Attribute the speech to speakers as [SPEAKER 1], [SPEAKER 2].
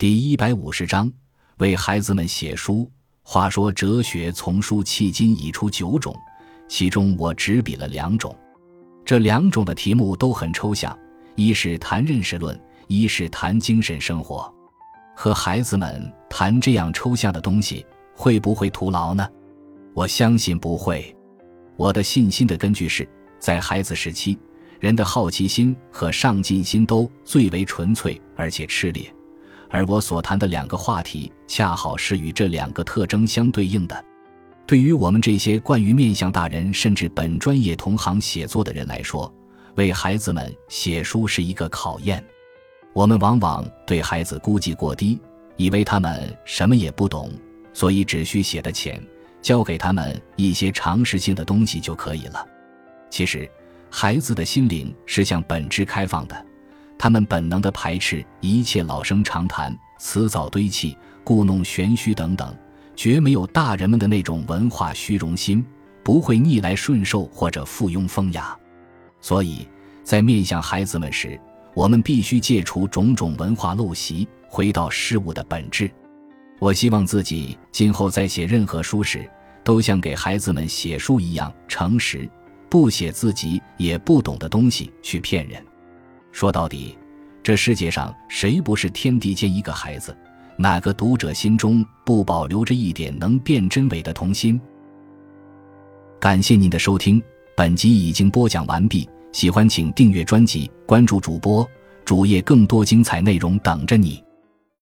[SPEAKER 1] 第150章，为孩子们写书。话说哲学丛书迄今已出9种，其中我只比了2种。这2种的题目都很抽象，一是谈认识论，一是谈精神生活。和孩子们谈这样抽象的东西，会不会徒劳呢？我相信不会。我的信心的根据是，在孩子时期，人的好奇心和上进心都最为纯粹而且炽烈，而我所谈的2个话题恰好是与这2个特征相对应的。对于我们这些惯于面向大人甚至本专业同行写作的人来说，为孩子们写书是一个考验。我们往往对孩子估计过低，以为他们什么也不懂，所以只需写得浅，教给他们一些常识性的东西就可以了。其实孩子的心灵是向本质开放的，他们本能地排斥一切老生常谈、辞藻堆砌、故弄玄虚等等，绝没有大人们的那种文化虚荣心，不会逆来顺受或者附庸风雅。所以在面向孩子们时，我们必须戒除种种文化陋习，回到事物的本质。我希望自己今后在写任何书时，都像给孩子们写书一样诚实，不写自己也不懂的东西去骗人。说到底，这世界上谁不是天地间一个孩子？哪个读者心中不保留着一点能辨真伪的童心？感谢您的收听，本集已经播讲完毕，喜欢请订阅专辑，关注主播，主页更多精彩内容等着你。